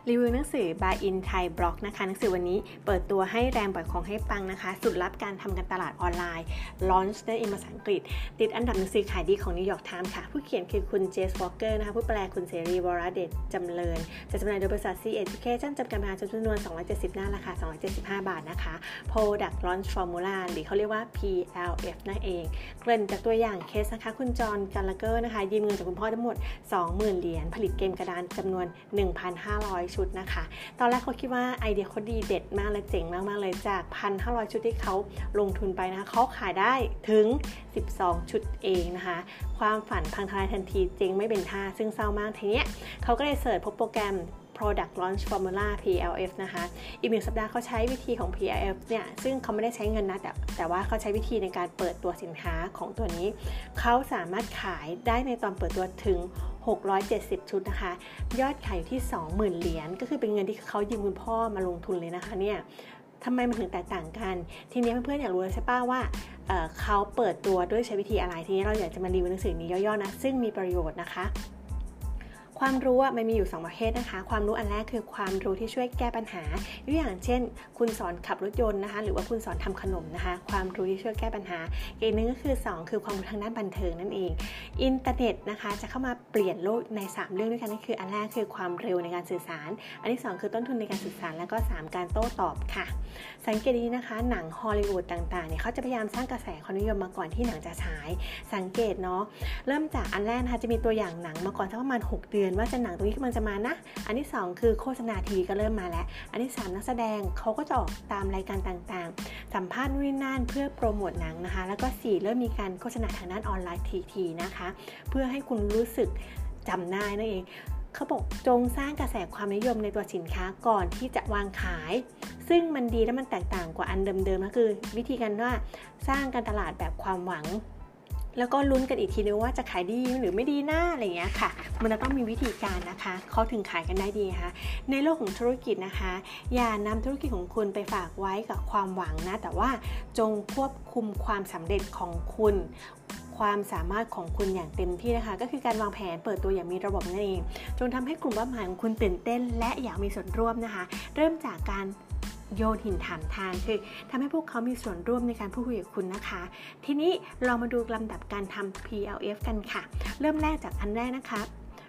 รีวิวหนังสือ Buy in Thai Blog นะคะหนังสือวันนี้เปิดตัวให้แรงปล่อยของให้ปังนะคะสุดลับการทำการตลาดออนไลน์ Launch ได้ภาษาอังกฤษติดอันดับหนังสือขายดีของ New York Times ค่ะผู้เขียนคือคุณเจสวอลเกอร์นะคะผู้แปลคุณเสรีวรเดชจำเริญจัดจำหน่ายโดยบริษัท C Education จำกัดมหาชนจำนวน270หน้าราคา275 บาทนะคะ Product Launch Formula หรือเขาเรียกว่า PLF นั่นเองเกริ่นจากตัวอย่างเคสนะคะคุณจอห์นกัลลาเกอร์นะคะยืมเงินจากคุณพ่อทั้งหมด 20,000 เหรียญผลิตเกมกระดานจำนวน 1,500 ชุดนะคะตอนแรกเขาคิดว่าไอเดียเขาดีเด็ดมากเลยเจ๋งมากๆเลยจาก 1,500 ชุดที่เขาลงทุนไปนะคะเขาขายได้ถึง12 ชุดเองนะคะความฝันพังทลายทันทีเจ๊งไม่เป็นท่าซึ่งเศร้ามากทีเนี้ยเขาก็เลยเสิร์ชพบโปรแกรม Product Launch Formula PLF นะคะอีก1สัปดาห์เขาใช้วิธีของ PLF เนี่ยซึ่งเขาไม่ได้ใช้เงินนะแต่ว่าเขาใช้วิธีในการเปิดตัวสินค้าของตัวนี้เขาสามารถขายได้ในตอนเปิดตัวถึง670 ชุดนะคะยอดขายอยู่ที่ 20,000 เหรียญก็คือเป็นเงินที่เขายืมคุณพ่อมาลงทุนเลยนะคะเนี่ยทำไมมันถึงแตกต่างกันทีนี้เพื่อนๆอยากรู้ใช่ป่ะว่าเขาเปิดตัวด้วยใช้วิธีอะไรทีนี้เราอยากจะมารีวิวหนังสือนี้ย่อๆนะซึ่งมีประโยชน์นะคะความรู้มันมีอยู่2ประเภทนะคะความรู้อันแรกคือความรู้ที่ช่วยแก้ปัญหาอย่างเช่นคุณสอนขับรถยนต์นะคะหรือว่าคุณสอนทำขนมนะคะความรู้ที่ช่วยแก้ปัญหาอีกนึงก็คือ2คือความรู้ทางด้านบันเทิงนั่นเองอินเทอร์เน็ตนะคะจะเข้ามาเปลี่ยนโลกใน3เรื่องด้วยกันนั่นคืออันแรกคือความเร็วในการสื่อสารอันที่2คือต้นทุนในการสื่อสารแล้วก็3การโต้ตอบค่ะสังเกตดีนะคะหนังฮอลลีวูดต่างๆเนี่ยเขาจะพยายามสร้างกระแสความนิยมมาก่อนที่หนังจะฉายสังเกตเนาะเริ่มจากอันแรกนะคะจะมีตัวอย่างหนังมาก่อนสักประมาณ6 เดือนว่าจะหนังตรงนี้มันจะมานะอันที่2คือโฆษณาทีวีก็เริ่มมาแล้วอันที่3นักแสดงเขาก็จะออกตามรายการต่างๆสัมภาษณ์นู่นนี่นั่นเพื่อโปรโมทหนังนะคะแล้วก็4เริ่มมีการโฆษณาทางด้านออนไลน์ทีๆนะคะเพื่อให้คุณรู้สึกจำได้นั่นเองเขาบอกจงสร้างกระแสความนิยมในตัวสินค้าก่อนที่จะวางขายซึ่งมันดีและมันแตกต่างกว่าอันเดิมๆก็คือวิธีการว่าสร้างการตลาดแบบความหวังแล้วก็ลุ้นกันอีกทีนึงว่าจะขายดีหรือไม่ดีหน้าอะไรอย่างเงี้ยค่ะมันจะต้องมีวิธีการนะคะเขาถึงขายกันได้ดีนะคะในโลกของธุรกิจนะคะอย่านำธุรกิจของคุณไปฝากไว้กับความหวังนะแต่ว่าจงควบคุมความสำเร็จของคุณความสามารถของคุณอย่างเต็มที่นะคะก็คือการวางแผนเปิดตัวอย่างมีระบบนั่นเองจงทำให้กลุ่มเป้าหมายของคุณตื่นเต้นและอยากมีส่วนร่วมนะคะเริ่มจากการโยนหินถามทางคือทำให้พวกเขามีส่วนร่วมในการพูดคุยกับคุณนะคะทีนี้เรามาดูลำดับการทำ PLF กันค่ะเริ่มแรกจากอันแรกนะคะ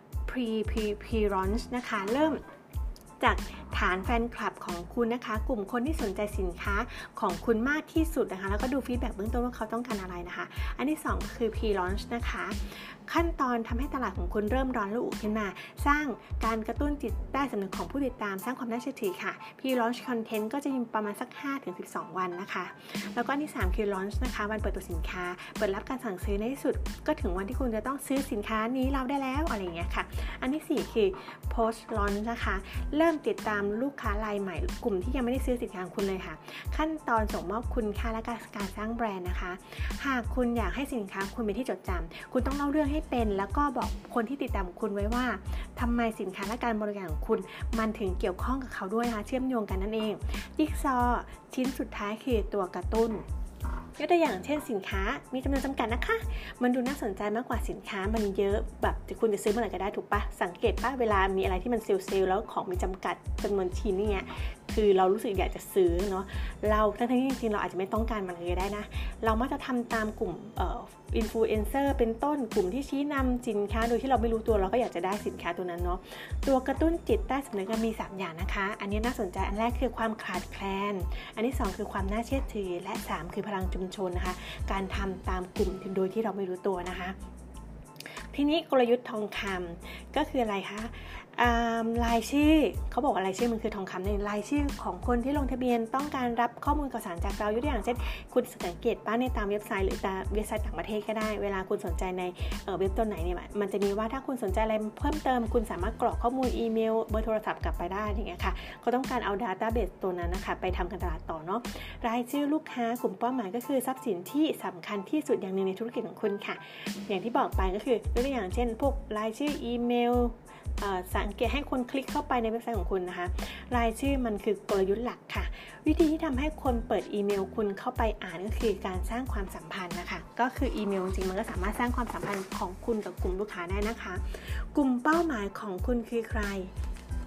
Pre-launch นะคะเริ่มจากฐานแฟนคลับของคุณนะคะกลุ่มคนที่สนใจสินค้าของคุณมากที่สุดนะคะแล้วก็ดูฟีดแบ็กเบื้องต้นว่าเขาต้องการอะไรนะคะอันที่2คือ Pre-launch นะคะขั้นตอนทำให้ตลาดของคุณเริ่มร้อนระอุขึ้นมาสร้างการกระตุ้นจิตใต้สำนึกของผู้ติดตามสร้างความน่าเชื่อถือค่ะ Pre-launch content ก็จะมีประมาณสัก 5-12 วันนะคะแล้วก็อันที่3คือ launch นะคะวันเปิดตัวสินค้าเปิดรับการสั่งซื้อในที่สุดก็ถึงวันที่คุณจะต้องซื้อสินค้านี้เราได้แล้วอะไรอย่างเงี้ยค่ะอันที่4คือ post launch นะคะเริ่มติดตามลูกค้ารายใหม่กลุ่มที่ยังไม่ได้ซื้อสินค้าของคุณเลยค่ะขั้นตอนส่งมอบคุณค่าและการสร้างแบรนด์นะคะหากคุณอยากให้สินค้าคุณเป็นที่จดจำคุณต้องเล่าเรื่องให้เป็นแล้วก็บอกคนที่ติดตามคุณไว้ว่าทำไมสินค้าและการบริการของคุณมันถึงเกี่ยวข้องกับเขาด้วยนะคะเชื่อมโยงกันนั่นเองจิ๊กซอว์ชิ้นสุดท้ายคือตัวกระตุ้นยกตัวอย่างเช่นสินค้ามีจำนวนจำกัดนะคะมันดูน่าสนใจมากกว่าสินค้ามันเยอะแบบคุณจะซื้อเมื่อไหร่ก็ได้ถูกปะสังเกตปะเวลามีอะไรที่มันเซลล์แล้วของมีจำกัดจำนวนชิ้นเนี่ยคือเรารู้สึกอยากจะซื้อเนาะเราทั้งที่จริงๆเราอาจจะไม่ต้องการมันเลยได้นะเรามักจะทำตามกลุ่มอินฟลูเอนเซอร์เป็นต้นกลุ่มที่ชี้นำสินค้าโดยที่เราไม่รู้ตัวเราก็อยากจะได้สินค้าตัวนั้นเนาะตัวกระตุ้นจิตใต้สำนึกมี3อย่างนะคะอันนี้น่าสนใจอันแรกคือความขาดแคลนอันที่2คือความน่าเชื่อถือและ3คือพลังชุมชนนะคะการทำตามกลุ่มโดยที่เราไม่รู้ตัวนะคะทีนี้กลยุทธ์ทองคำก็คืออะไรคะรายชื่อเขาบอกว่ารายชื่อมันคือทองคำในรายชื่อของคนที่ลงทะเบียนต้องการรับข้อมูลข่าวสารจากเรายกตัวอย่างเช่นคุณสังเกตป้าในตามเว็บไซต์หรือตามเว็บไซต์ต่างประเทศก็ได้เวลาคุณสนใจในเว็บตัวไหนเนี่ยมันจะมีว่าถ้าคุณสนใจอะไรเพิ่มเติมคุณสามารถกรอกข้อมูลอีเมลเบอร์โทรศัพท์กลับไปได้อย่างเงี้ยค่ะเขาต้องการเอา database ตัวนั้นนะคะไปทำการตลาดต่อเนาะรายชื่อลูกค้ากลุ่มเป้าหมายก็คือทรัพย์สินที่สำคัญที่สุดอย่างหนึ่งในธุรกิจของคุณค่ะอย่างที่บอกไปก็คือยกตัวอย่างเช่นพวกรายชื่ออีเมลสังเกตให้คนคลิกเข้าไปในเว็บไซต์ของคุณนะคะรายชื่อมันคือกลยุทธ์หลักค่ะวิธีที่ทำให้คนเปิดอีเมลคุณเข้าไปอ่านก็คือการสร้างความสัมพันธ์นะคะก็คืออีเมลจริงมันก็สามารถสร้างความสัมพันธ์ของคุณกับกลุ่มลูกค้าได้นะคะกลุ่มเป้าหมายของคุณคือใคร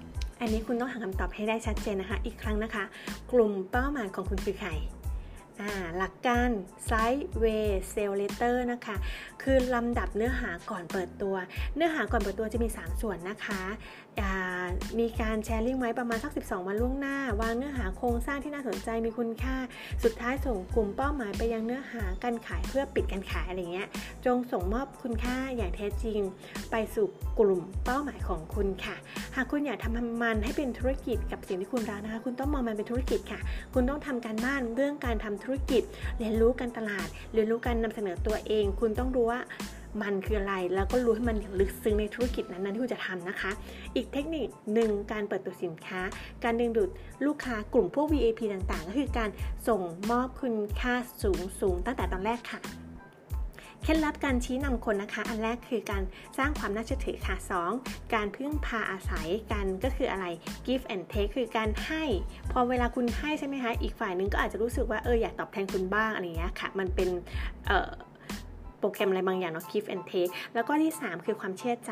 อันนี้คุณต้องหาคำตอบให้ได้ชัดเจนนะคะอีกครั้งนะคะกลุ่มเป้าหมายของคุณคือใครหลักการไซด์เวย์เซลเลเตอร์นะคะคือลำดับเนื้อหาก่อนเปิดตัวเนื้อหาก่อนเปิดตัวจะมี3ส่วนนะคะมีการแชร์ลิงก์ไว้ประมาณสัก12วันล่วงหน้าวางเนื้อหาโครงสร้างที่น่าสนใจมีคุณค่าสุดท้ายส่งกลุ่มเป้าหมายไปยังเนื้อหาการขายเพื่อปิดการขายอะไรเงี้ยจงส่งมอบคุณค่าอย่างแท้จริงไปสู่กลุ่มเป้าหมายของคุณค่ะหากคุณอยากทำมันให้เป็นธุรกิจกับสิ่งที่คุณรักนะคะคุณต้องมองมันเป็นธุรกิจค่ะคุณต้องทำการบ้านเรื่องการทำธุรกิจเรียนรู้การตลาดเรียนรู้การนำเสนอตัวเองคุณต้องรู้ว่ามันคืออะไรแล้วก็รู้ให้มันอย่างลึกซึ้งในธุรกิจนั้นๆที่คุณจะทำนะคะอีกเทคนิคหนึ่งการเปิดตัวสินค้าการดึงดูดลูกค้ากลุ่มพวก VIP ต่างๆก็คือการส่งมอบคุณค่าสูงตั้งแต่ตอนแรกค่ะเคล็ดลับการชี้นำคนนะคะอันแรกคือการสร้างความน่าเชื่อถือค่ะ 2. การพึ่งพาอาศัยกันก็คืออะไร give and take คือการให้พอเวลาคุณให้ใช่ไหมคะอีกฝ่ายนึงก็อาจจะรู้สึกว่าอยากตอบแทนคุณบ้างอะไรอย่างเงี้ยค่ะมันเป็นโปรแกรมอะไรบางอย่างเนาะ give and take แล้วก็ที่3คือความเชื่อใจ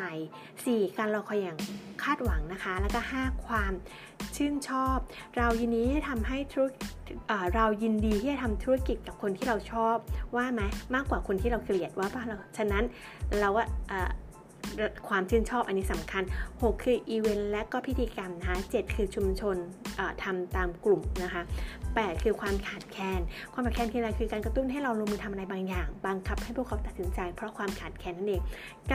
4. การรอคอยอย่างคาดหวังนะคะแล้วก็5ความชื่นชอบเรายินดีที่จะทำให้เรายินดีที่จะทำธุรกิจกับคนที่เราชอบว่าไหมมากกว่าคนที่เราเกลียดว่าป่ะเราฉะนั้นเราว่าความชื่นชอบอันนี้สำคัญ6คืออีเวนต์และก็พิธีกรรมนะคะ7คือชุมชนทำตามกลุ่มนะคะ8คือความขาดแคลนคืออะไรคือการกระตุ้นให้เราลงมือทำอะไรบางอย่างบังคับให้พวกเขาตัดสินใจเพราะความขาดแคลนนั่นเอง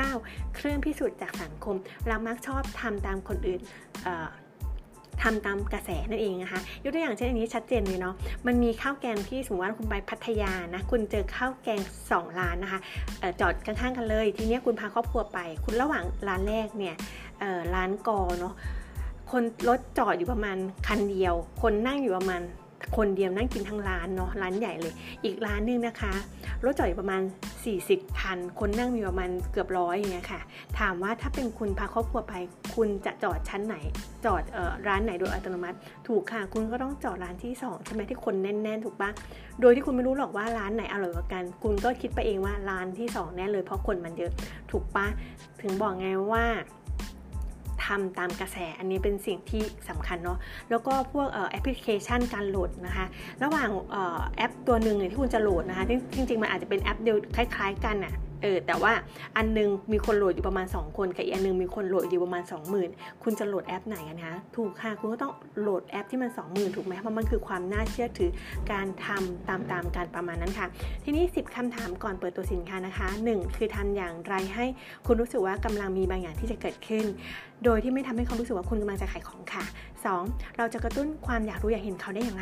9เครื่องพิสูจน์จากสังคมเรามักชอบทำตามคนอื่นทำตามกระแสนั่นเองนะคะยกตัวอย่างเช่นอันนี้ชัดเจนเลยเนาะมันมีข้าวแกงที่สมมติว่าคุณไปพัทยานะคุณเจอข้าวแกง2ร้านนะคะจอดข้างๆกันเลยทีนี้คุณพาครอบครัวไปคุณระหว่างร้านแรกเนี่ยร้านกอเนาะคนรถจอดอยู่ประมาณคันเดียวคนนั่งอยู่ประมาณคนเดียวนั่งกินทั้งร้านเนาะร้านใหญ่เลยอีกร้านนึงนะคะรถจอดอยู่ประมาณ40คันคนนั่งมีประมาณเกือบ100อย่างเงี้ยค่ะถามว่าถ้าเป็นคุณพาครอบครัวไปคุณจะจอดชั้นไหนจอดร้านไหนโดยอัตโนมัติถูกค่ะคุณก็ต้องจอดร้านที่2ใช่ไหมที่คนแน่นๆถูกปะโดยที่คุณไม่รู้หรอกว่าร้านไหนอร่อยกว่ากันคุณก็คิดไปเองว่าร้านที่2แน่เลยเพราะคนมันเยอะถูกปะถึงบอกไงว่าทำตามกระแสอันนี้เป็นสิ่งที่สำคัญเนาะแล้วก็พวกแอปพลิเคชันการโหลดนะคะระหว่างแอปตัวหนึ่งที่คุณจะโหลดนะคะจริงๆมันอาจจะเป็นแอปเดียวคล้ายๆกันน่ะแต่ว่าอันนึงมีคนโหลดอยู่ประมาณ2คนกับอีกอันนึงมีคนโหลดอยู่ประมาณ 20,000 คุณจะโหลดแอปไหนกันคะถูกค่ะคุณก็ต้องโหลดแอปที่มัน 20,000 ถูกไหมเพราะมันคือความน่าเชื่อถือการทำตามการประมาณนั้นค่ะทีนี้10คำถามก่อนเปิดตัวสินค้านะคะ1คือทำอย่างไรให้คุณรู้สึกว่ากำลังมีบางอย่างที่จะเกิดขึ้นโดยที่ไม่ทำให้เขารู้สึกว่าคุณกำลังจะขายของค่ะ 2. เราจะกระตุ้นความอยากรู้อยากเห็นเขาได้อย่างไร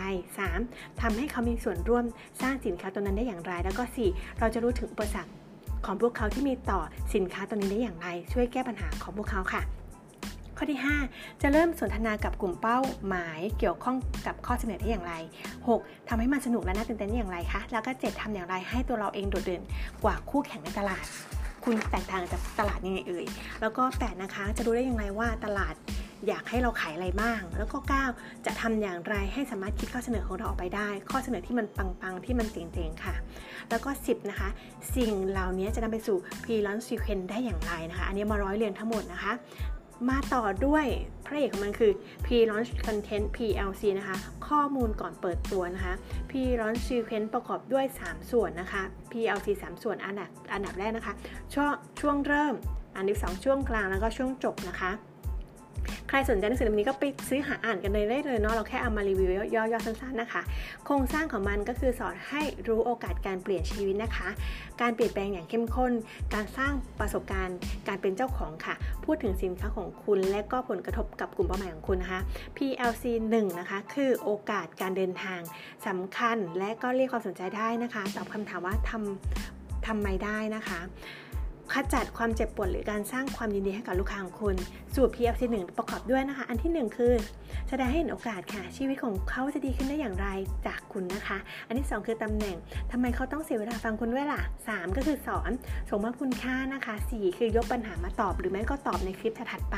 3. ทำให้เขามีส่วนร่วมสร้างสินค้าตัวนั้นได้อย่างไรแล้วก็ 4. เราจะรู้ถึงอุปสรรคของพวกเขาที่มีต่อสินค้าตัวนี้ได้อย่างไรช่วยแก้ปัญหาของพวกเขาค่ะข้อที่5จะเริ่มสนทนากับกลุ่มเป้าหมายเกี่ยวข้องกับข้อเสนอได้อย่างไร6ทำให้มันสนุกและน่าตื่นเต้นได้อย่างไรคะแล้วก็7ทำอย่างไรให้ตัวเราเองโดดเด่นกว่าคู่แข่งในตลาดคุณแตกต่างจากตลาดยังไงแล้วก็8นะคะจะรู้ได้อย่างไรว่าตลาดอยากให้เราขายอะไรบ้างแล้วก็9จะทำอย่างไรให้สามารถคิดข้อเสนอของเราออกไปได้ข้อเสนอที่มันปังๆที่มันเจ๋งๆค่ะแล้วก็10นะคะสิ่งเหล่านี้จะนำไปสู่ Pre-launch Sequence ได้อย่างไรนะคะอันนี้มาร้อยเรียงทั้งหมดนะคะมาต่อด้วยพระเอกของมันคือ Pre-launch Content PLC นะคะข้อมูลก่อนเปิดตัวนะคะ Pre-launch Sequence ประกอบด้วย3ส่วนนะคะ PLC 3ส่วนอันดับแรกนะคะช่วงเริ่มอันที่2ช่วงกลางแล้วก็ช่วงจบนะคะใครสนใจหนังสือเล่มนี้ก็ไปซื้อหาอ่านกันเลยได้เลยเนาะเราแค่เอามารีวิวย่อๆสั้นๆนะคะโครงสร้างของมันก็คือสอนให้รู้โอกาสการเปลี่ยนชีวิตนะคะการเปลี่ยนแปลงอย่างเข้มข้นการสร้างประสบการณ์การเป็นเจ้าของค่ะพูดถึงสินค้าของคุณและก็ผลกระทบกับกลุ่มเป้าหมายของคุณนะคะ PLC 1นะคะคือโอกาสการเดินทางสำคัญและก็เรียกความสนใจได้นะคะตอบคำถามว่าทำไมได้นะคะขจัดความเจ็บปวดหรือการสร้างความยินดีให้กับลูกค้าของคุณสูตร PLC 1ประกอบด้วยนะคะอันที่1คือแสดงให้เห็นโอกาสค่ะชีวิตของเขาจะดีขึ้นได้อย่างไรจากคุณนะคะอันที่2คือตำแหน่งทำไมเขาต้องเสียเวลาฟังคุณด้วยล่ะ3ก็คือสอนส่งมอบคุณค่านะคะ4คือยกปัญหามาตอบหรือไม่ก็ตอบในคลิปถัดไป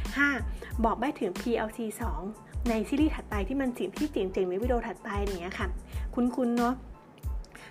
5บอกได้ถึง PLC 2ในซีรีส์ถัดไปที่มันสิ่งที่เจ๋งๆในวิดีโอถัดไปอย่างเงี้ยค่ะคุ้นๆเนาะ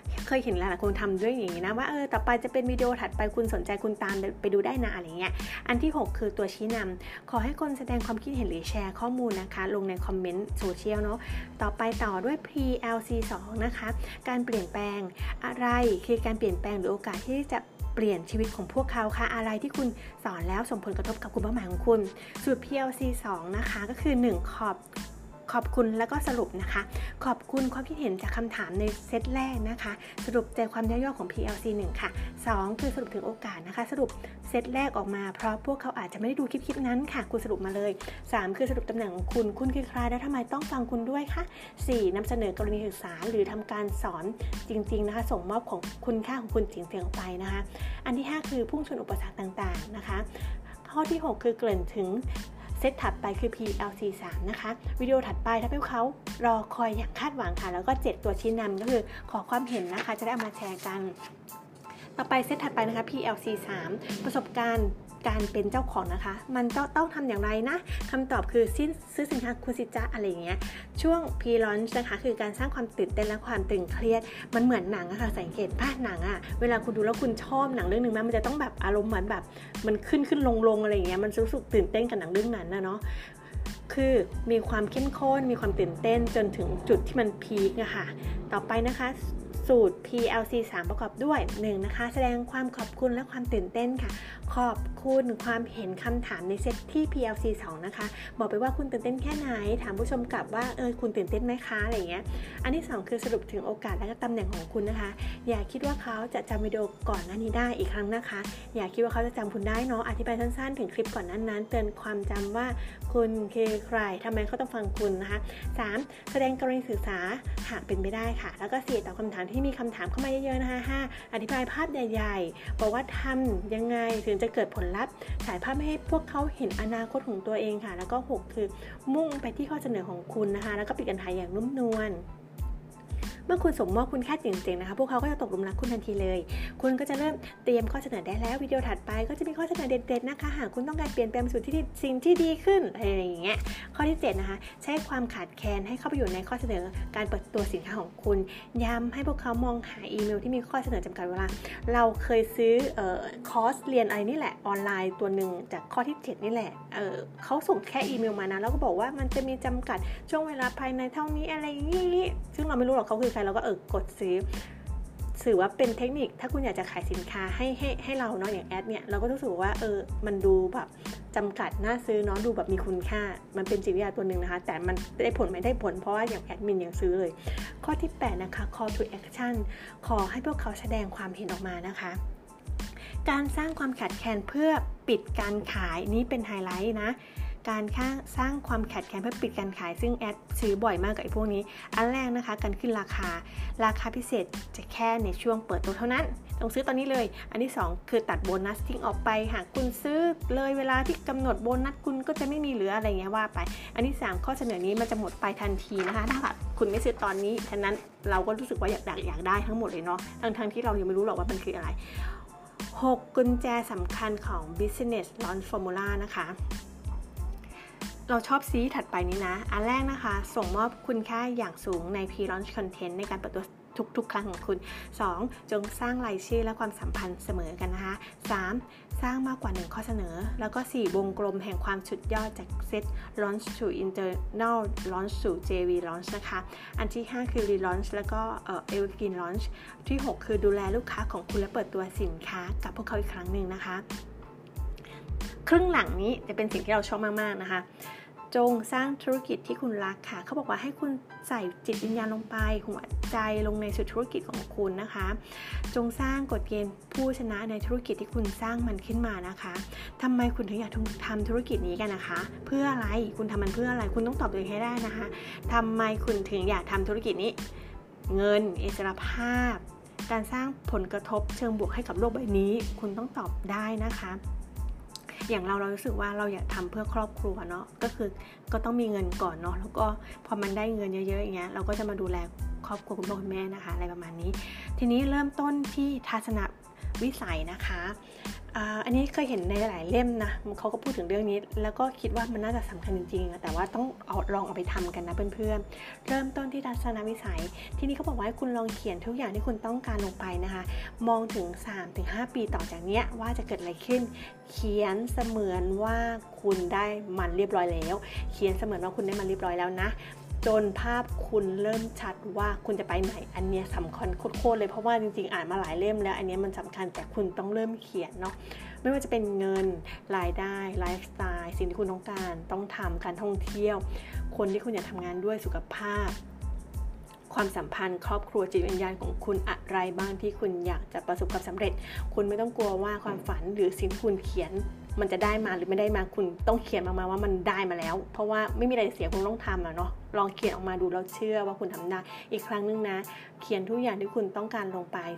เคยเห็นหลายๆคนทำด้วยอย่างนี้นะว่าต่อไปจะเป็นวิดีโอถัดไปคุณสนใจคุณตามไปดูได้นะอะไรเงี้ยอันที่6คือตัวชี้นำขอให้คนแสดงความคิดเห็นหรือแชร์ข้อมูลนะคะลงในคอมเมนต์โซเชียลเนาะต่อด้วย PLC2 นะคะการเปลี่ยนแปลงอะไรคือการเปลี่ยนแปลงหรือโอกาสที่จะเปลี่ยนชีวิตของพวกเขาค่ะอะไรที่คุณสอนแล้วส่งผลกระทบกับกลุ่มเป้าหมายของคุณสูตร PLC2 นะคะก็คือ1ขอบคุณแล้วก็สรุปนะคะขอบคุณความคิดเห็นจากคำถามในเซตแรกนะคะสรุปใจความย่อๆของ PLC 1 ค่ะ2คือสรุปถึงโอกาสนะคะสรุปเซตแรกออกมาเพราะพวกเขาอาจจะไม่ได้ดูคลิปนั้นค่ะคุณสรุปมาเลย3คือสรุปตำแหน่งของคุณคือใครและทำไมต้องฟังคุณด้วยค่ะ4นำเสนอกรณีศึกษาหรือทำการสอนจริงๆนะคะส่งมอบของคุณค่าของคุณจริงๆออกไปนะคะอันที่5คือพุ่งชนอุปสรรคต่างๆนะคะข้อที่6คือเกริ่นถึงเซตถัดไปคือ PLC3 นะคะวิดีโอถัดไปถ้าพวกเขารอคอยอย่างคาดหวังค่ะแล้วก็7ตัวชี้นำก็คือขอความเห็นนะคะจะได้เอามาแชร์กันต่อไปเซตถัดไปนะคะ PLC3 ประสบการณ์การเป็นเจ้าของนะคะมันต้องทำอย่างไรนะคำตอบคือซื้อสินค้าคุณสิจ๊ะอะไรอย่างเงี้ยช่วง Pre-launch นะคะคือการสร้างความตื่นเต้นและความตึงเครียดมันเหมือนหนังอะค่ะสังเกตป่ะหนังอะเวลาคุณดูแล้วคุณชอบหนังเรื่องนึงมันจะต้องแบบอารมณ์เหมือนแบบมันขึ้นลงอะไรอย่างเงี้ยมันรู้สึกตื่นเต้นกับหนังเรื่องนั้นนะเนาะคือมีความเข้มข้นมีความตื่นเต้นจนถึงจุดที่มันพีคอะค่ะต่อไปนะคะสูตร PLC3 ประกอบด้วย1นะคะแสดงความขอบคุณและความตื่นเต้นค่ะขอบคุณความเห็นคำถามในเซตที่ PLC2 นะคะบอกไปว่าคุณตื่นเต้นแค่ไหนถามผู้ชมกลับว่าคุณตื่นเต้นไหมคะอะไรอย่างเงี้ยอันที่2คือสรุปถึงโอกาสและตำแหน่งของคุณนะคะอย่าคิดว่าเขาจะจำวิดีโอก่อนหน้านี้ได้อีกครั้งนะคะอย่าคิดว่าเขาจะจำคุณได้เนาะอธิบายสั้นๆถึงคลิปก่อนนั้นเตือนความจำว่าคุณคือใครทำไมเขาต้องฟังคุณนะคะ3แสดงกรณีศึกษาหากเป็นไปได้ค่ะแล้วก็4ตอบคำถามที่มีคำถามเข้ามาเยอะๆนะคะ5อธิบายภาพใหญ่ๆบอกว่าทำยังไงถึงจะเกิดผลลัพธ์ฉายภาพให้พวกเขาเห็นอนาคตของตัวเองค่ะแล้วก็6คือมุ่งไปที่ข้อเสนอของคุณนะคะแล้วก็ปิดกันท้ายอย่างนุ่มนวลเมื่อคุณส่งมอบคุณค่าจริงๆนะคะพวกเขาก็จะตกหลุมรักคุณทันทีเลยคุณก็จะเริ่มเตรียมข้อเสนอได้แล้ววิดีโอถัดไปก็จะมีข้อเสนอเด็ดๆนะคะหากคุณต้องการเปลี่ยนแปลงสู่สิ่งที่ดีขึ้นอะไรอย่างเงี้ยข้อที่7นะคะใช้ความขาดแคลนให้เข้าไปอยู่ในข้อเสนอการเปิดตัวสินค้าของคุณย้ำให้พวกเขามองหาอีเมลที่มีข้อเสนอจำกัดเวลาเราเคยซื้อคอร์สเรียนอะไรนี่แหละออนไลน์ตัวหนึ่งจากข้อที่7นี่แหละเขาส่งแค่อีเมลมานะแล้วก็บอกว่ามันจะมีจำกัดช่วงเวลาภายในเท่านี้อะไรอย่างนี้ซึ่งเราไม่รู้หรอกเขาคือเราก็กดซื้อสื่อว่าเป็นเทคนิคถ้าคุณอยากจะขายสินค้าให้เราเนาะอย่างแอดเนี่ยเราก็รู้สึกว่ามันดูแบบจำกัดน่าซื้อเนาะดูแบบมีคุณค่ามันเป็นจิตวิทยาตัวหนึ่งนะคะแต่มันได้ผลไม่ได้ผลเพราะว่าอย่างแอดมินยังซื้อเลยข้อที่8นะคะ call to action ขอให้พวกเขาแสดงความเห็นออกมานะคะการสร้างความขัดแย้งเพื่อปิดการขายนี้เป็นไฮไลท์นะการสร้างความขัดแย้งเพื่อปิดการขายซึ่งแอดซื้อบ่อยมากกับไอ้พวกนี้อันแรกนะคะการขึ้นราคาพิเศษจะแค่ในช่วงเปิดตัวเท่านั้นต้องซื้อตอนนี้เลยอันที่2คือตัดโบนัสทิ้งออกไปหากคุณซื้อเลยเวลาที่กำหนดโบนัสคุณก็จะไม่มีเหลืออะไรเงี้ยว่าไปอันที่3ข้อเสนอนี้มันจะหมดไปทันทีนะคะถ้าคุณไม่ซื้อตอนนี้ฉะนั้นเราก็รู้สึกว่าอยากได้ทั้งหมดเลยเนาะทั้งที่เรายังไม่รู้หรอกว่ามันคืออะไร6กุญแจสำคัญของ Business Launch Formula นะคะเราชอบซีถัดไปนี้นะอันแรกนะคะส่งมอบคุณค่าอย่างสูงใน Pre-launch Content ในการเปิดตัวทุกครั้งของคุณ2จงสร้างรายชื่อและความสัมพันธ์เสมอกันนะคะ3สร้างมากกว่า1ข้อเสนอแล้วก็4วงกลมแห่งความสุดยอดจากเซต Launch to Internal Launch to JV Launch นะคะอันที่5คือ Relaunch แล้วก็Evergreen Launch ที่6คือดูแลลูกค้าของคุณและเปิดตัวสินค้ากับพวกเขาอีกครั้งหนึ่งนะคะครึ่งหลังนี้จะเป็นสิ่งที่เราชอบมากๆนะคะจงสร้างธุรกิจที่คุณรักค่ะเขาบอกว่าให้คุณใส่จิตวิญญาณลงไปหัวใจลงในสู่ธุรกิจของคุณนะคะจงสร้างกฎเกณฑ์ผู้ชนะในธุรกิจที่คุณสร้างมันขึ้นมานะคะทำไมคุณถึงอยากทำธุรกิจนี้กันนะคะเพื่ออะไรคุณทำมันเพื่ออะไรคุณต้องตอบตัวเองให้ได้นะคะทำไมคุณถึงอยากทำธุรกิจนี้เงินอิสรภาพการสร้างผลกระทบเชิงบวกให้กับโลกใบนี้คุณต้องตอบได้นะคะอย่างเรารู้สึกว่าเราอยากทำเพื่อครอบครัวเนาะก็ต้องมีเงินก่อนเนาะแล้วก็พอมันได้เงินเยอะๆอย่างเงี้ยเราก็จะมาดูแลครอบครัวคุณพ่อคุณแม่นะคะอะไรประมาณนี้ทีนี้เริ่มต้นที่ทัศนวิสัยนะคะอันนี้เคยเห็นในหลายเล่มนะเขาก็พูดถึงเรื่องนี้แล้วก็คิดว่ามันน่าจะสำคัญจริงๆแต่ว่าต้องลองเอาไปทำกันนะเพื่อนๆเริ่มต้นที่ทัศนวิสัยที่นี่เขาบอกว่าให้คุณลองเขียนทุกอย่างที่คุณต้องการลงไปนะคะมองถึง 3-5 ปีต่อจากนี้ว่าจะเกิดอะไรขึ้นเขียนเสมือนว่าคุณได้มันเรียบร้อยแล้วเขียนเสมือนว่าคุณได้มันเรียบร้อยแล้วนะจนภาพคุณเริ่มชัดว่าคุณจะไปไหนอันนี้สำคัญโคตรเลยเพราะว่าจริงๆอ่านมาหลายเล่มแล้วอันนี้มันสำคัญแต่คุณต้องเริ่มเขียนเนาะไม่ว่าจะเป็นเงินรายได้ไลฟ์สไตล์สิ่งที่คุณต้องการต้องทำการท่องเที่ยวคนที่คุณอยากทำงานด้วยสุขภาพความสัมพันธ์ครอบครัวจิตวิญญาณของคุณอะไรบ้างที่คุณอยากจะประสบความสำเร็จคุณไม่ต้องกลัวว่าความฝันหรือสิ่งที่คุณเขียนมันจะได้มาหรือไม่ได้มาคุณต้องเขียนมาว่ามันได้มาแล้วเพราะว่าไม่มีอะไรเสียคุณต้องทำเนาะลองเขียนออกมาดูแล้วเชื่อว่าคุณทำได้อีกครั้งนึงนะเขียนทุกอย่างที่คุณต้องการลงไป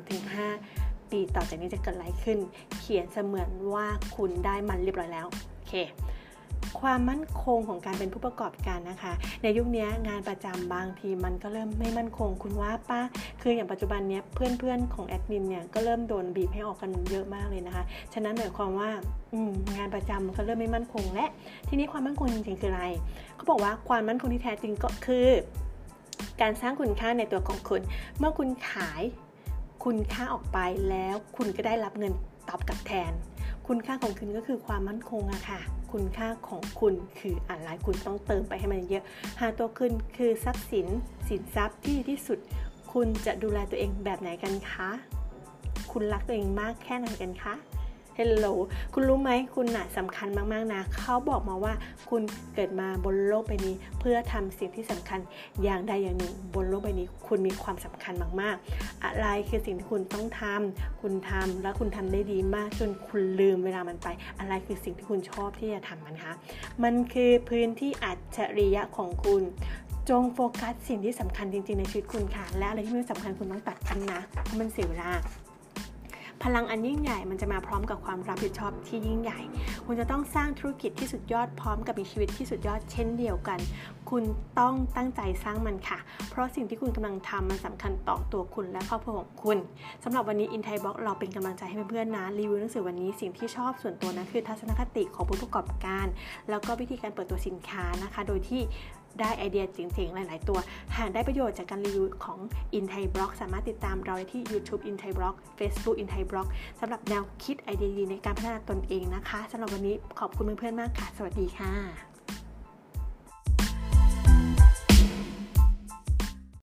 3-5 ปีต่อจากนี้จะเกิดอะไรขึ้นเขียนเสมือนว่าคุณได้มันเรียบร้อยแล้วโอเคความมั่นคงของการเป็นผู้ประกอบการนะคะในยุคนี้งานประจำบางทีมันก็เริ่มไม่มั่นคงคุณว่าป่ะคืออย่างปัจจุบันนี้เพื่อนๆของแอดมินเนี่ยก็เริ่มโดนบีบให้ออกกันเยอะมากเลยนะคะฉะนั้นหมายความว่างานประจำมันก็เริ่มไม่มั่นคงและทีนี้ความมั่นคงจริงๆคืออะไรเขาบอกว่าความมั่นคงที่แท้จริงก็คือการสร้างคุณค่าในตัวของคุณเมื่อคุณขายคุณค่าออกไปแล้วคุณก็ได้รับเงินตอบกลับแทนคุณค่าของคุณก็คือความมั่นคงอะค่ะคุณค่าของคุณคืออะไรคุณต้องเติมไปให้มันเยอะหาตัวคุณคือทรัพย์สินสินทรัพย์ที่ดีที่สุดคุณจะดูแลตัวเองแบบไหนกันคะคุณรักตัวเองมากแค่ไหนกันคะเฮลโหลคุณรู้ไหมคุณน่ะสำคัญมากๆนะเขาบอกมาว่าคุณเกิดมาบนโลกใบนี้เพื่อทำสิ่งที่สำคัญอย่างใดอย่างหนึ่งบนโลกใบนี้คุณมีความสำคัญมากๆอะไรคือสิ่งที่คุณต้องทำคุณทำแล้วคุณทำได้ดีมากจนคุณลืมเวลามันไปอะไรคือสิ่งที่คุณชอบที่จะทำมันคะมันคือพื้นที่อัจฉริยะของคุณจงโฟกัสสิ่งที่สำคัญจริงๆในชีวิตคุณค่ะและอะไรที่ไม่สำคัญคุณต้องตัดทิ้งนะเพราะมันเสียเวลาพลังอันยิ่งใหญ่มันจะมาพร้อมกับความรับผิดชอบที่ยิ่งใหญ่คุณจะต้องสร้างธุรกิจที่สุดยอดพร้อมกับมีชีวิตที่สุดยอดเช่นเดียวกันคุณต้องตั้งใจสร้างมันค่ะเพราะสิ่งที่คุณกำลังทำมันสำคัญต่อตัวคุณและครอบครัวของคุณสำหรับวันนี้ In Thai Box เราเป็นกำลังใจให้เพื่อนๆนะรีวิวหนังสือวันนี้สิ่งที่ชอบส่วนตัวนะคือทัศนคติของผู้ประกอบการแล้วก็วิธีการเปิดตัวสินค้านะคะโดยที่ได้ไอเดียเจ๋งๆหลายๆตัวหากได้ประโยชน์จากการรีวิวของ In Thai Box สามารถติดตามเราได้ที่ YouTube In Thai Box Facebook In Thai Box สำหรับแนวคิดไอเดียดีในการพัฒนาตนเองนะคะสำหรับวันนี้ขอบคุณเพื่อนๆมากค่ะสวัสดีค่ะ